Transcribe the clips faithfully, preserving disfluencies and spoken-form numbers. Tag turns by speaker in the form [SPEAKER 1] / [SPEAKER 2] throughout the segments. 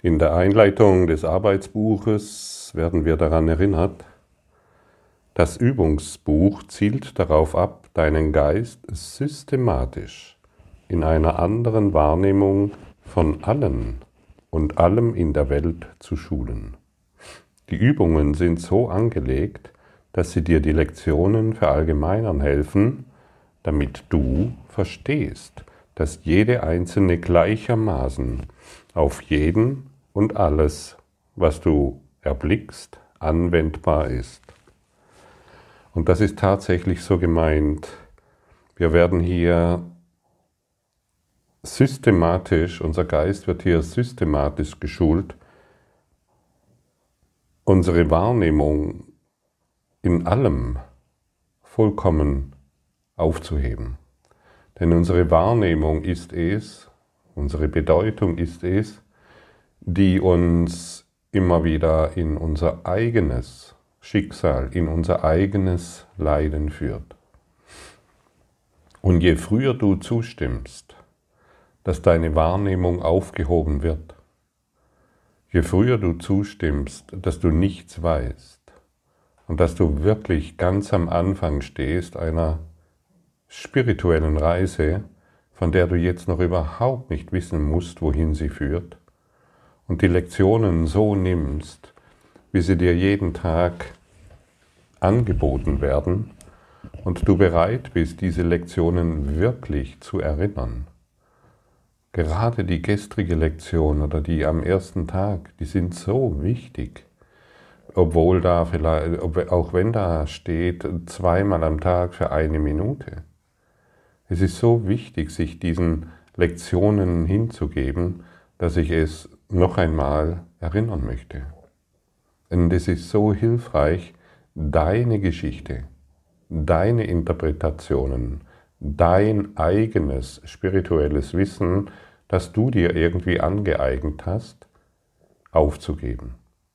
[SPEAKER 1] In der Einleitung des Arbeitsbuches werden wir daran erinnert, das Übungsbuch zielt darauf ab, deinen Geist systematisch in einer anderen Wahrnehmung von allen und allem in der Welt zu schulen. Die Übungen sind so angelegt, dass sie dir die Lektionen verallgemeinern helfen, damit du verstehst, dass jede einzelne gleichermaßen auf jeden und alles, was du erblickst, anwendbar ist. Und das ist tatsächlich so gemeint. Wir werden hier systematisch, unser Geist wird hier systematisch geschult, unsere Wahrnehmung in allem vollkommen aufzuheben. Denn unsere Wahrnehmung ist es, unsere Bedeutung ist es, die uns immer wieder in unser eigenes Schicksal, in unser eigenes Leiden führt. Und je früher du zustimmst, dass deine Wahrnehmung aufgehoben wird, je früher du zustimmst, dass du nichts weißt und dass du wirklich ganz am Anfang stehst einer spirituellen Reise, von der du jetzt noch überhaupt nicht wissen musst, wohin sie führt, und die Lektionen so nimmst, wie sie dir jeden Tag angeboten werden, und du bereit bist, diese Lektionen wirklich zu erinnern. Gerade die gestrige Lektion oder die am ersten Tag, die sind so wichtig, obwohl da vielleicht, auch wenn da steht, zweimal am Tag für eine Minute. Es ist so wichtig, sich diesen Lektionen hinzugeben, dass ich es noch einmal erinnern möchte. Und es ist so hilfreich, deine Geschichte, deine Interpretationen, dein eigenes spirituelles Wissen, das du dir irgendwie angeeignet hast, aufzugeben.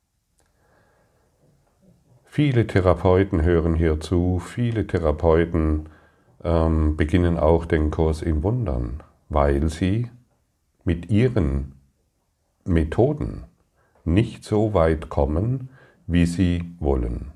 [SPEAKER 1] Viele Therapeuten hören hier zu, viele Therapeuten ähm, beginnen auch den Kurs in Wundern, weil sie mit ihren Methoden nicht so weit kommen, wie sie wollen.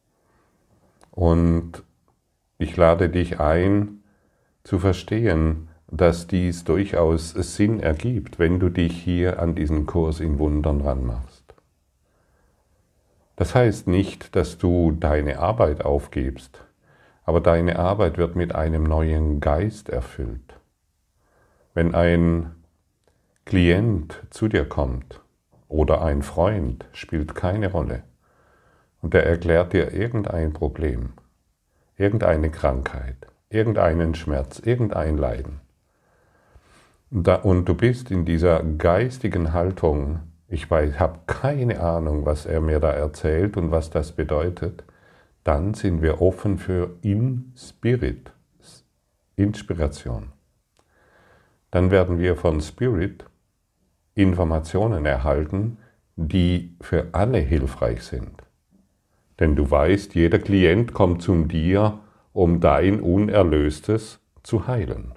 [SPEAKER 1] Und ich lade dich ein, zu verstehen, dass dies durchaus Sinn ergibt, wenn du dich hier an diesen Kurs in Wundern ranmachst. Das heißt nicht, dass du deine Arbeit aufgibst, aber deine Arbeit wird mit einem neuen Geist erfüllt. Wenn ein Klient zu dir kommt oder ein Freund, spielt keine Rolle, und er erklärt dir irgendein Problem, irgendeine Krankheit, irgendeinen Schmerz, irgendein Leiden. Und du bist in dieser geistigen Haltung, ich weiß, habe keine Ahnung, was er mir da erzählt und was das bedeutet, dann sind wir offen für In Spirit, Inspiration. Dann werden wir von Spirit Informationen erhalten, die für alle hilfreich sind. Denn du weißt, jeder Klient kommt zu dir, um dein Unerlöstes zu heilen.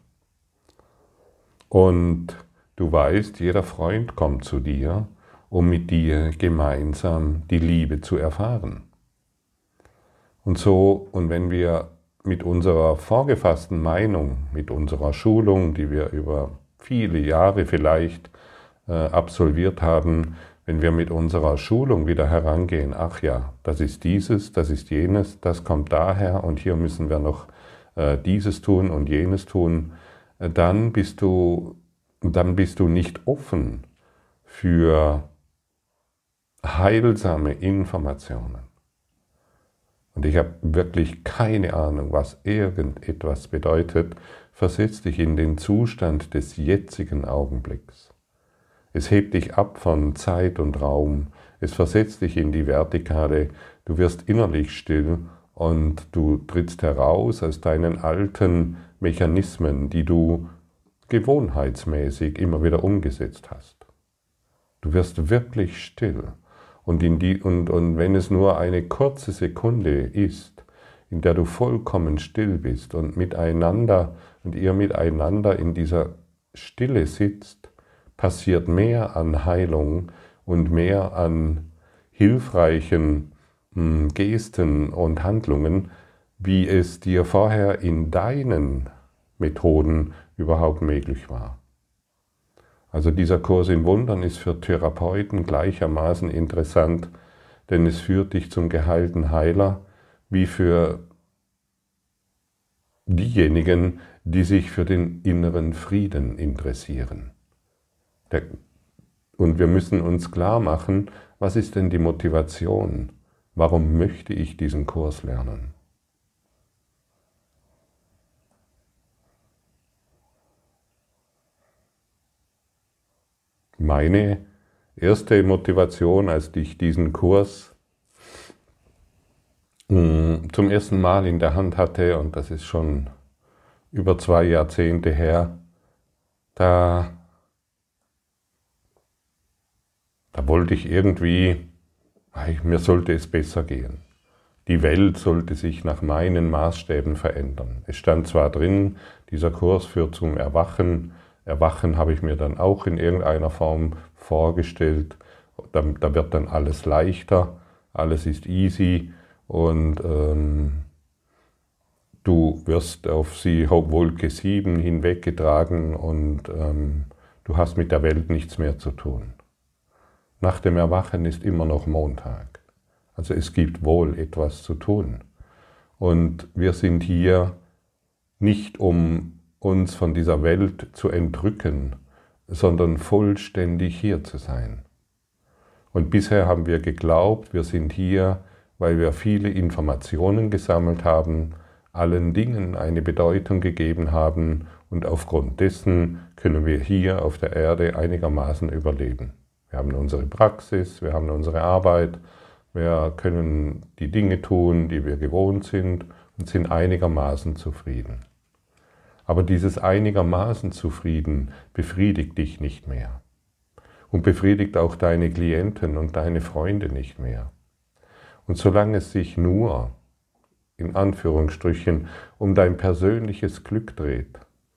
[SPEAKER 1] Und du weißt, jeder Freund kommt zu dir, um mit dir gemeinsam die Liebe zu erfahren. Und so, und wenn wir mit unserer vorgefassten Meinung, mit unserer Schulung, die wir über viele Jahre vielleicht äh, absolviert haben, wenn wir mit unserer Schulung wieder herangehen, ach ja, das ist dieses, das ist jenes, das kommt daher und hier müssen wir noch äh, dieses tun und jenes tun, äh, dann bist du, dann bist du nicht offen für heilsame Informationen. Und ich habe wirklich keine Ahnung, was irgendetwas bedeutet. Versetz dich in den Zustand des jetzigen Augenblicks. Es hebt dich ab von Zeit und Raum. Es versetzt dich in die Vertikale. Du wirst innerlich still und du trittst heraus aus deinen alten Mechanismen, die du gewohnheitsmäßig immer wieder umgesetzt hast. Du wirst wirklich still. Und, in die, und, und wenn es nur eine kurze Sekunde ist, in der du vollkommen still bist und miteinander und ihr miteinander in dieser Stille sitzt, passiert mehr an Heilung und mehr an hilfreichen mh, Gesten und Handlungen, wie es dir vorher in deinen Methoden überhaupt möglich war. Also dieser Kurs in Wundern ist für Therapeuten gleichermaßen interessant, denn es führt dich zum geheilten Heiler, wie für diejenigen, die sich für den inneren Frieden interessieren. Und wir müssen uns klar machen, was ist denn die Motivation? Warum möchte ich diesen Kurs lernen? Meine erste Motivation, als ich diesen Kurs zum ersten Mal in der Hand hatte, und das ist schon über zwei Jahrzehnte her, da, da wollte ich irgendwie, mir sollte es besser gehen. Die Welt sollte sich nach meinen Maßstäben verändern. Es stand zwar drin, dieser Kurs führt zum Erwachen. Erwachen habe ich mir dann auch in irgendeiner Form vorgestellt. Da, da wird dann alles leichter, alles ist easy und ähm, du wirst auf die Wolke sieben hinweggetragen und ähm, du hast mit der Welt nichts mehr zu tun. Nach dem Erwachen ist immer noch Montag. Also es gibt wohl etwas zu tun. Und wir sind hier nicht, um uns von dieser Welt zu entrücken, sondern vollständig hier zu sein. Und bisher haben wir geglaubt, wir sind hier, weil wir viele Informationen gesammelt haben, allen Dingen eine Bedeutung gegeben haben und aufgrund dessen können wir hier auf der Erde einigermaßen überleben. Wir haben unsere Praxis, wir haben unsere Arbeit, wir können die Dinge tun, die wir gewohnt sind und sind einigermaßen zufrieden. Aber dieses einigermaßen zufrieden befriedigt dich nicht mehr und befriedigt auch deine Klienten und deine Freunde nicht mehr. Und solange es sich nur, in Anführungsstrichen, um dein persönliches Glück dreht,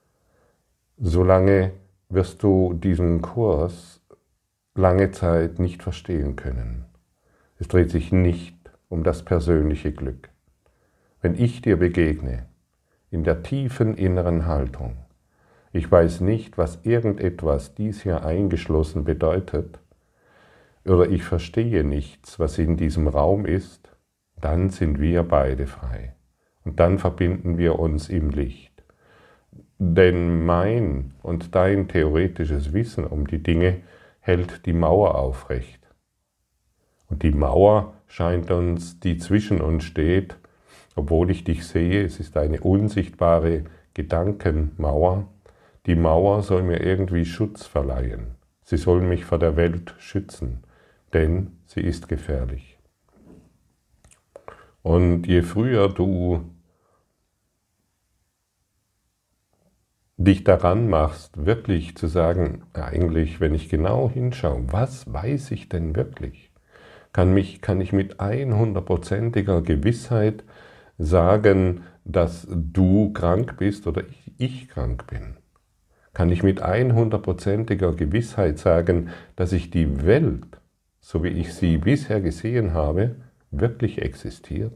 [SPEAKER 1] solange wirst du diesen Kurs lange Zeit nicht verstehen können. Es dreht sich nicht um das persönliche Glück. Wenn ich dir begegne, in der tiefen inneren Haltung, ich weiß nicht, was irgendetwas dies hier eingeschlossen bedeutet, oder ich verstehe nichts, was in diesem Raum ist, dann sind wir beide frei. Und dann verbinden wir uns im Licht. Denn mein und dein theoretisches Wissen um die Dinge hält die Mauer aufrecht. Und die Mauer scheint uns, die zwischen uns steht, obwohl ich dich sehe, es ist eine unsichtbare Gedankenmauer. Die Mauer soll mir irgendwie Schutz verleihen. Sie soll mich vor der Welt schützen, denn sie ist gefährlich. Und je früher du dich daran machst, wirklich zu sagen, eigentlich, wenn ich genau hinschaue, was weiß ich denn wirklich? Kann, mich, kann ich mit hundertprozentiger Gewissheit sagen, dass du krank bist oder ich, ich krank bin? Kann ich mit hundertprozentiger Gewissheit sagen, dass ich die Welt, so wie ich sie bisher gesehen habe, wirklich existiert?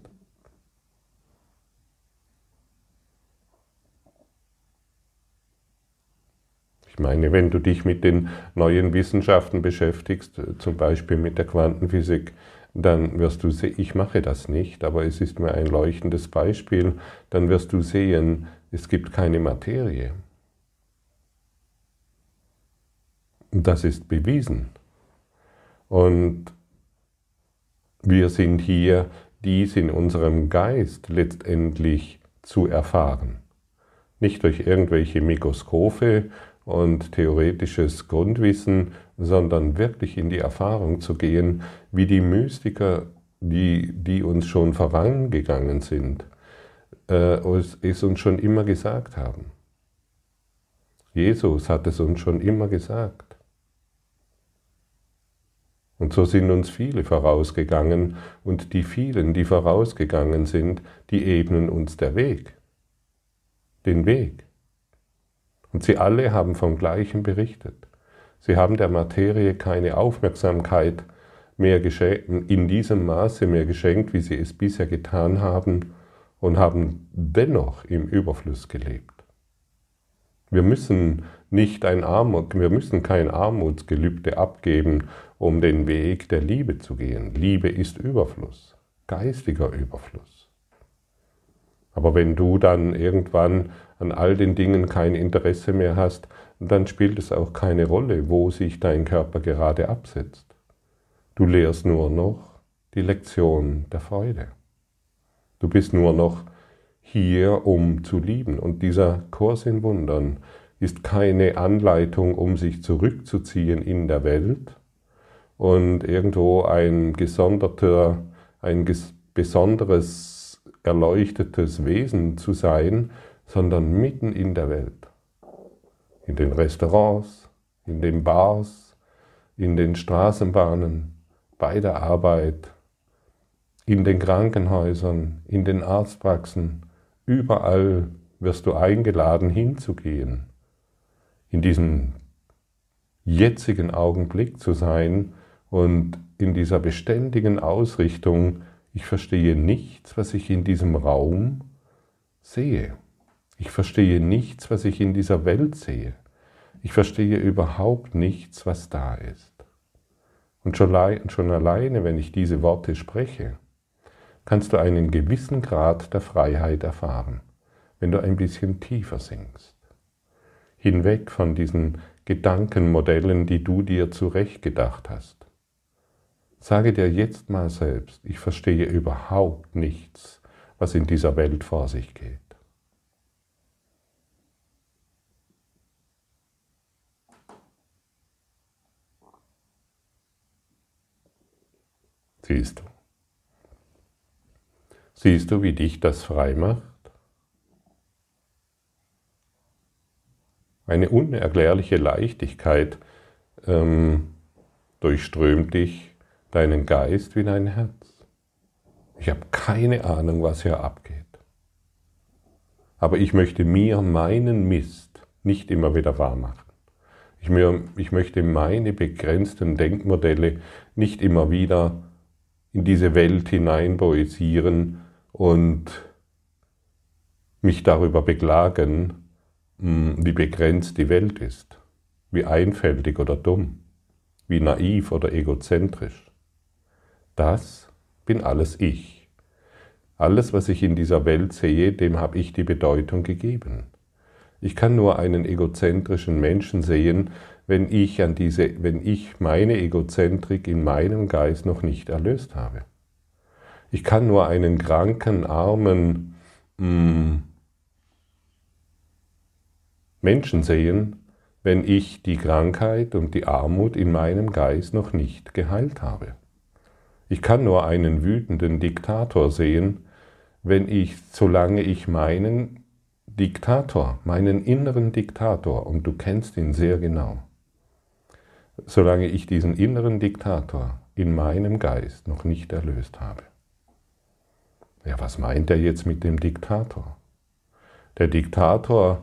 [SPEAKER 1] Ich meine, wenn du dich mit den neuen Wissenschaften beschäftigst, zum Beispiel mit der Quantenphysik, dann wirst du sehen, ich mache das nicht, aber es ist mir ein leuchtendes Beispiel, dann wirst du sehen, es gibt keine Materie. Das ist bewiesen. Und wir sind hier, dies in unserem Geist letztendlich zu erfahren. Nicht durch irgendwelche Mikroskope und theoretisches Grundwissen, sondern wirklich in die Erfahrung zu gehen, wie die Mystiker, die, die uns schon vorangegangen sind, äh, es uns schon immer gesagt haben. Jesus hat es uns schon immer gesagt. Und so sind uns viele vorausgegangen und die vielen, die vorausgegangen sind, die ebnen uns der Weg, den Weg. Und sie alle haben vom Gleichen berichtet. Sie haben der Materie keine Aufmerksamkeit mehr geschenkt, in diesem Maße mehr geschenkt, wie sie es bisher getan haben, und haben dennoch im Überfluss gelebt. Wir müssen nicht ein Armut, wir müssen kein Armutsgelübde abgeben, um den Weg der Liebe zu gehen. Liebe ist Überfluss, geistiger Überfluss. Aber wenn du dann irgendwann an all den Dingen kein Interesse mehr hast, dann spielt es auch keine Rolle, wo sich dein Körper gerade absetzt. Du lehrst nur noch die Lektion der Freude. Du bist nur noch hier, um zu lieben. Und dieser Kurs in Wundern ist keine Anleitung, um sich zurückzuziehen in der Welt und irgendwo ein gesonderter, ein besonderes, erleuchtetes Wesen zu sein, sondern mitten in der Welt. In den Restaurants, in den Bars, in den Straßenbahnen, bei der Arbeit, in den Krankenhäusern, in den Arztpraxen, überall wirst du eingeladen hinzugehen, in diesem jetzigen Augenblick zu sein und in dieser beständigen Ausrichtung, ich verstehe nichts, was ich in diesem Raum sehe. Ich verstehe nichts, was ich in dieser Welt sehe. Ich verstehe überhaupt nichts, was da ist. Und schon alleine, wenn ich diese Worte spreche, kannst du einen gewissen Grad der Freiheit erfahren, wenn du ein bisschen tiefer sinkst. Hinweg von diesen Gedankenmodellen, die du dir zurechtgedacht hast. Sage dir jetzt mal selbst, ich verstehe überhaupt nichts, was in dieser Welt vor sich geht. Siehst du? Siehst du, wie dich das frei macht? Eine unerklärliche Leichtigkeit ähm, durchströmt dich, deinen Geist wie dein Herz. Ich habe keine Ahnung, was hier abgeht. Aber ich möchte mir meinen Mist nicht immer wieder wahr machen. Ich, mir, ich möchte meine begrenzten Denkmodelle nicht immer wieder in diese Welt hinein projizieren und mich darüber beklagen, wie begrenzt die Welt ist, wie einfältig oder dumm, wie naiv oder egozentrisch. Das bin alles ich. Alles, was ich in dieser Welt sehe, dem habe ich die Bedeutung gegeben. Ich kann nur einen egozentrischen Menschen sehen, wenn ich, an diese, wenn ich meine Egozentrik in meinem Geist noch nicht erlöst habe. Ich kann nur einen kranken, armen mh, Menschen sehen, wenn ich die Krankheit und die Armut in meinem Geist noch nicht geheilt habe. Ich kann nur einen wütenden Diktator sehen, wenn ich, solange ich meinen Diktator, meinen inneren Diktator, und du kennst ihn sehr genau, solange ich diesen inneren Diktator in meinem Geist noch nicht erlöst habe. Ja, was meint er jetzt mit dem Diktator? Der Diktator,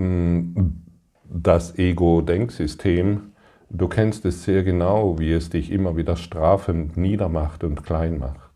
[SPEAKER 1] das Ego-Denksystem, du kennst es sehr genau, wie es dich immer wieder strafend niedermacht und klein macht.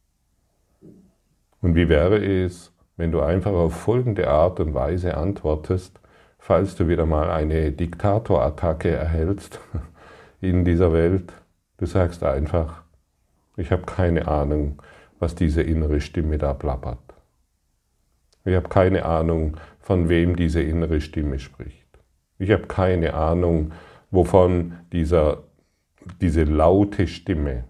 [SPEAKER 1] Und wie wäre es, wenn du einfach auf folgende Art und Weise antwortest, falls du wieder mal eine Diktatorattacke erhältst in dieser Welt? Du sagst einfach, ich habe keine Ahnung, was diese innere Stimme da plappert. Ich habe keine Ahnung, von wem diese innere Stimme spricht. Ich habe keine Ahnung, wovon dieser, diese laute Stimme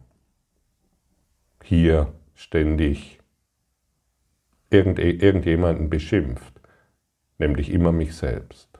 [SPEAKER 1] hier ständig irgend, irgendjemanden beschimpft, nämlich immer mich selbst.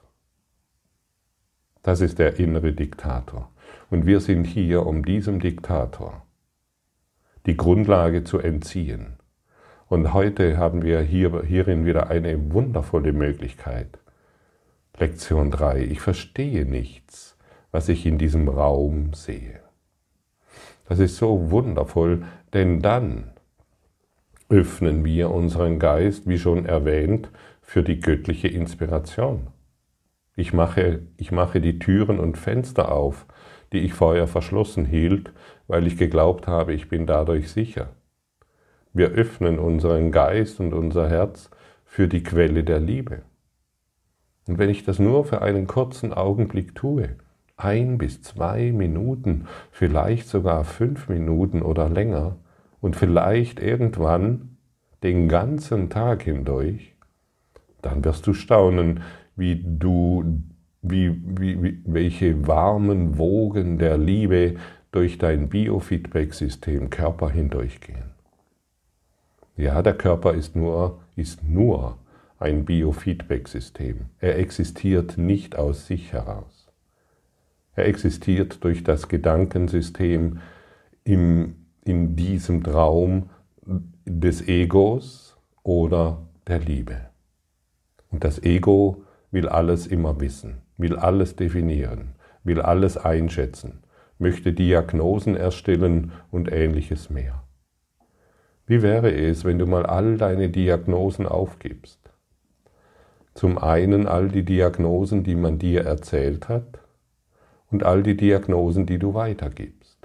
[SPEAKER 1] Das ist der innere Diktator. Und wir sind hier, um diesem Diktator die Grundlage zu entziehen. Und heute haben wir hier, hierin wieder eine wundervolle Möglichkeit. Lektion drei. Ich verstehe nichts, was ich in diesem Raum sehe. Das ist so wundervoll, denn dann öffnen wir unseren Geist, wie schon erwähnt, für die göttliche Inspiration. Ich mache, ich mache die Türen und Fenster auf, die ich vorher verschlossen hielt, weil ich geglaubt habe, ich bin dadurch sicher. Wir öffnen unseren Geist und unser Herz für die Quelle der Liebe. Und wenn ich das nur für einen kurzen Augenblick tue, ein bis zwei Minuten, vielleicht sogar fünf Minuten oder länger und vielleicht irgendwann den ganzen Tag hindurch, dann wirst du staunen, wie du, wie, wie, wie, welche warmen Wogen der Liebe durch dein Biofeedback-System Körper hindurchgehen. Ja, der Körper ist nur, ist nur ein Biofeedback-System. Er existiert nicht aus sich heraus. Er existiert durch das Gedankensystem im, in diesem Traum des Egos oder der Liebe. Und das Ego will alles immer wissen, will alles definieren, will alles einschätzen, möchte Diagnosen erstellen und Ähnliches mehr. Wie wäre es, wenn du mal all deine Diagnosen aufgibst? Zum einen all die Diagnosen, die man dir erzählt hat, und all die Diagnosen, die du weitergibst.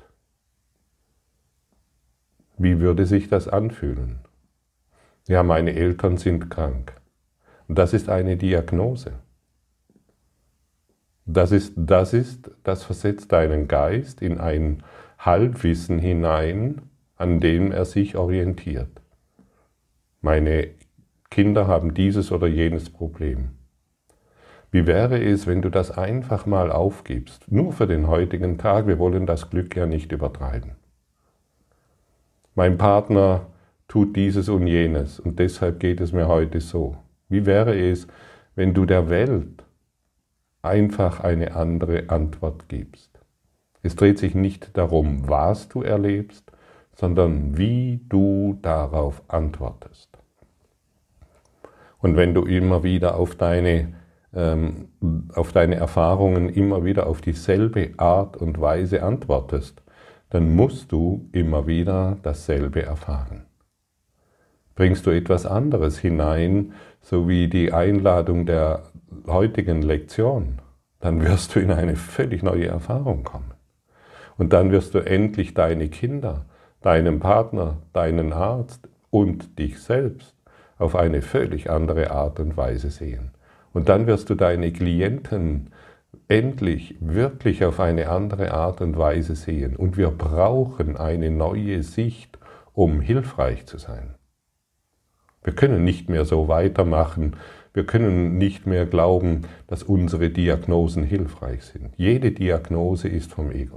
[SPEAKER 1] Wie würde sich das anfühlen? Ja, meine Eltern sind krank. Und das ist eine Diagnose. Das ist, das ist, das versetzt deinen Geist in ein Halbwissen hinein, an dem er sich orientiert. Meine Kinder haben dieses oder jenes Problem. Wie wäre es, wenn du das einfach mal aufgibst, nur für den heutigen Tag? Wir wollen das Glück ja nicht übertreiben. Mein Partner tut dieses und jenes und deshalb geht es mir heute so. Wie wäre es, wenn du der Welt einfach eine andere Antwort gibst? Es dreht sich nicht darum, was du erlebst, sondern wie du darauf antwortest. Und wenn du immer wieder auf deine, ähm, auf deine Erfahrungen immer wieder auf dieselbe Art und Weise antwortest, dann musst du immer wieder dasselbe erfahren. Bringst du etwas anderes hinein, so wie die Einladung der heutigen Lektion, dann wirst du in eine völlig neue Erfahrung kommen. Und dann wirst du endlich deine Kinder, deinen Partner, deinen Arzt und dich selbst auf eine völlig andere Art und Weise sehen. Und dann wirst du deine Klienten endlich wirklich auf eine andere Art und Weise sehen. Und wir brauchen eine neue Sicht, um hilfreich zu sein. Wir können nicht mehr so weitermachen. Wir können nicht mehr glauben, dass unsere Diagnosen hilfreich sind. Jede Diagnose ist vom Ego.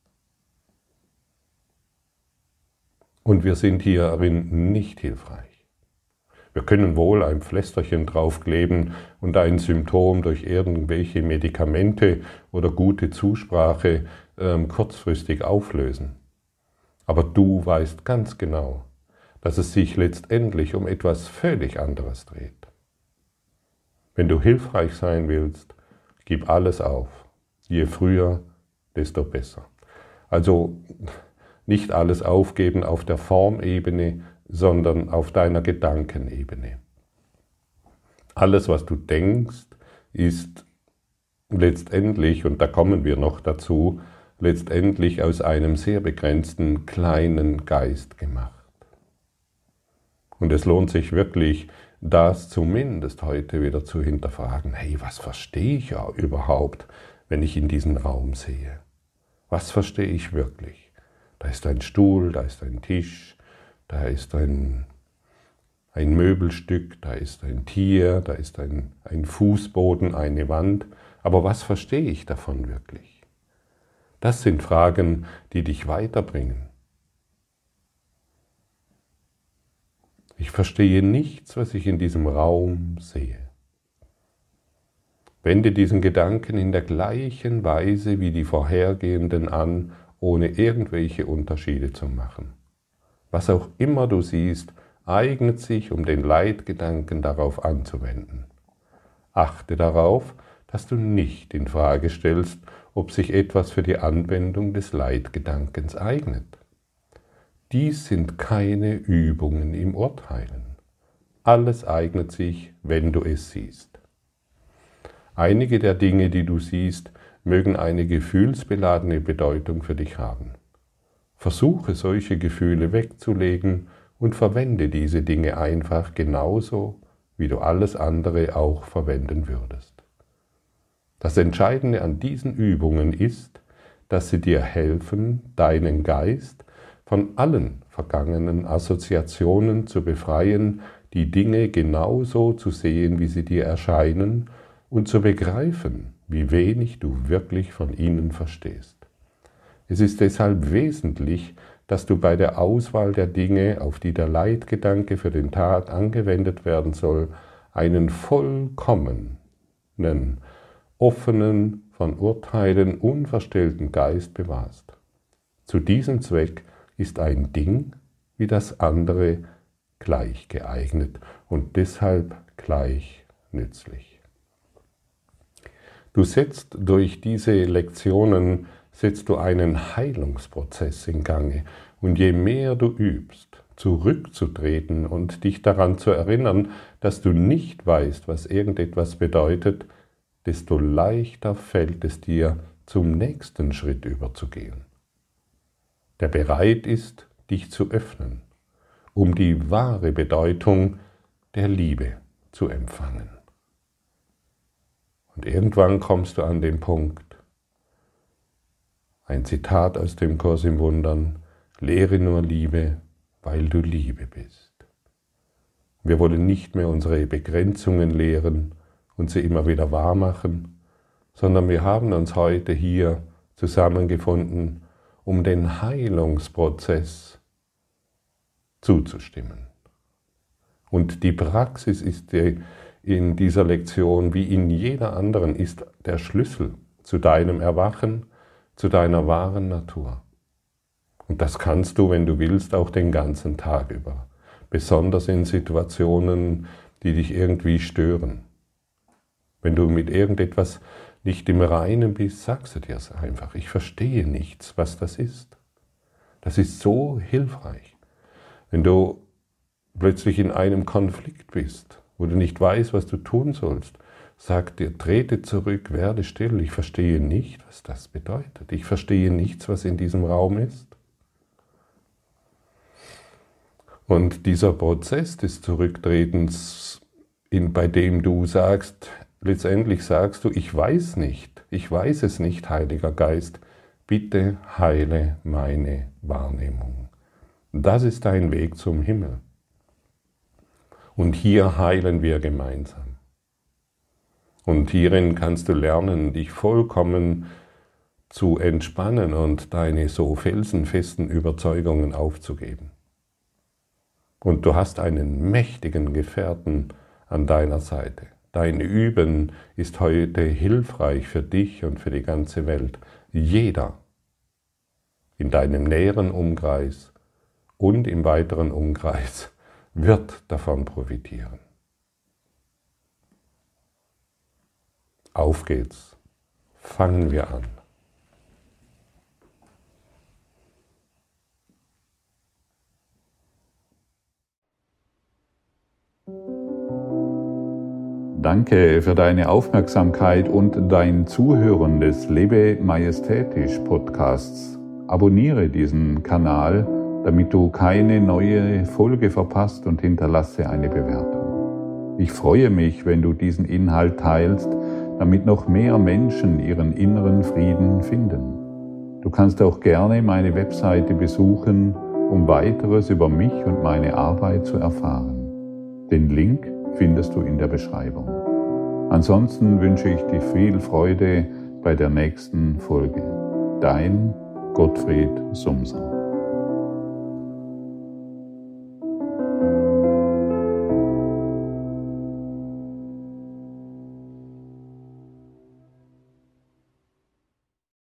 [SPEAKER 1] Und wir sind hierin nicht hilfreich. Wir können wohl ein Pflästerchen draufkleben und ein Symptom durch irgendwelche Medikamente oder gute Zusprache ähm, kurzfristig auflösen. Aber du weißt ganz genau, dass es sich letztendlich um etwas völlig anderes dreht. Wenn du hilfreich sein willst, gib alles auf. Je früher, desto besser. Also nicht alles aufgeben auf der Formebene, sondern auf deiner Gedankenebene. Alles, was du denkst, ist letztendlich, und da kommen wir noch dazu, letztendlich aus einem sehr begrenzten kleinen Geist gemacht. Und es lohnt sich wirklich, das zumindest heute wieder zu hinterfragen. Hey, was verstehe ich ja überhaupt, wenn ich in diesen Raum sehe? Was verstehe ich wirklich? Da ist ein Stuhl, da ist ein Tisch, da ist ein, ein Möbelstück, da ist ein Tier, da ist ein, ein Fußboden, eine Wand. Aber was verstehe ich davon wirklich? Das sind Fragen, die dich weiterbringen. Ich verstehe nichts, was ich in diesem Raum sehe. Wende diesen Gedanken in der gleichen Weise wie die vorhergehenden an, ohne irgendwelche Unterschiede zu machen. Was auch immer du siehst, eignet sich, um den Leitgedanken darauf anzuwenden. Achte darauf, dass du nicht in Frage stellst, ob sich etwas für die Anwendung des Leitgedankens eignet. Dies sind keine Übungen im Urteilen. Alles eignet sich, wenn du es siehst. Einige der Dinge, die du siehst, mögen eine gefühlsbeladene Bedeutung für dich haben. Versuche solche Gefühle wegzulegen und verwende diese Dinge einfach genauso, wie du alles andere auch verwenden würdest. Das Entscheidende an diesen Übungen ist, dass sie dir helfen, deinen Geist von allen vergangenen Assoziationen zu befreien, die Dinge genauso zu sehen, wie sie dir erscheinen, und zu begreifen, wie wenig du wirklich von ihnen verstehst. Es ist deshalb wesentlich, dass du bei der Auswahl der Dinge, auf die der Leitgedanke für den Tag angewendet werden soll, einen vollkommenen, offenen, von Urteilen unverstellten Geist bewahrst. Zu diesem Zweck ist ein Ding wie das andere gleich geeignet und deshalb gleich nützlich. Du setzt durch diese Lektionen setzt du einen Heilungsprozess in Gange, und je mehr du übst, zurückzutreten und dich daran zu erinnern, dass du nicht weißt, was irgendetwas bedeutet, desto leichter fällt es dir, zum nächsten Schritt überzugehen, der bereit ist, dich zu öffnen, um die wahre Bedeutung der Liebe zu empfangen. Und irgendwann kommst du an den Punkt, ein Zitat aus dem Kurs im Wundern: Lehre nur Liebe, weil du Liebe bist. Wir wollen nicht mehr unsere Begrenzungen lehren und sie immer wieder wahrmachen, sondern wir haben uns heute hier zusammengefunden, um den Heilungsprozess zuzustimmen. Und die Praxis ist in dieser Lektion, wie in jeder anderen, ist der Schlüssel zu deinem Erwachen, zu deiner wahren Natur. Und das kannst du, wenn du willst, auch den ganzen Tag über. Besonders in Situationen, die dich irgendwie stören. Wenn du mit irgendetwas nicht im Reinen bist, sagst du dir es einfach. Ich verstehe nichts, was das ist. Das ist so hilfreich. Wenn du plötzlich in einem Konflikt bist, wo du nicht weißt, was du tun sollst, sag dir, trete zurück, werde still. Ich verstehe nicht, was das bedeutet. Ich verstehe nichts, was in diesem Raum ist. Und dieser Prozess des Zurücktretens, in, bei dem du sagst, letztendlich sagst du, ich weiß nicht, ich weiß es nicht, Heiliger Geist, bitte heile meine Wahrnehmung. Das ist dein Weg zum Himmel. Und hier heilen wir gemeinsam. Und hierin kannst du lernen, dich vollkommen zu entspannen und deine so felsenfesten Überzeugungen aufzugeben. Und du hast einen mächtigen Gefährten an deiner Seite. Dein Üben ist heute hilfreich für dich und für die ganze Welt. Jeder in deinem näheren Umkreis und im weiteren Umkreis wird davon profitieren. Auf geht's. Fangen wir an.
[SPEAKER 2] Danke für deine Aufmerksamkeit und dein Zuhören des Lebe Majestätisch Podcasts. Abonniere diesen Kanal, damit du keine neue Folge verpasst, und hinterlasse eine Bewertung. Ich freue mich, wenn du diesen Inhalt teilst, damit noch mehr Menschen ihren inneren Frieden finden. Du kannst auch gerne meine Webseite besuchen, um weiteres über mich und meine Arbeit zu erfahren. Den Link findest du in der Beschreibung. Ansonsten wünsche ich dir viel Freude bei der nächsten Folge. Dein Gottfried Sumser.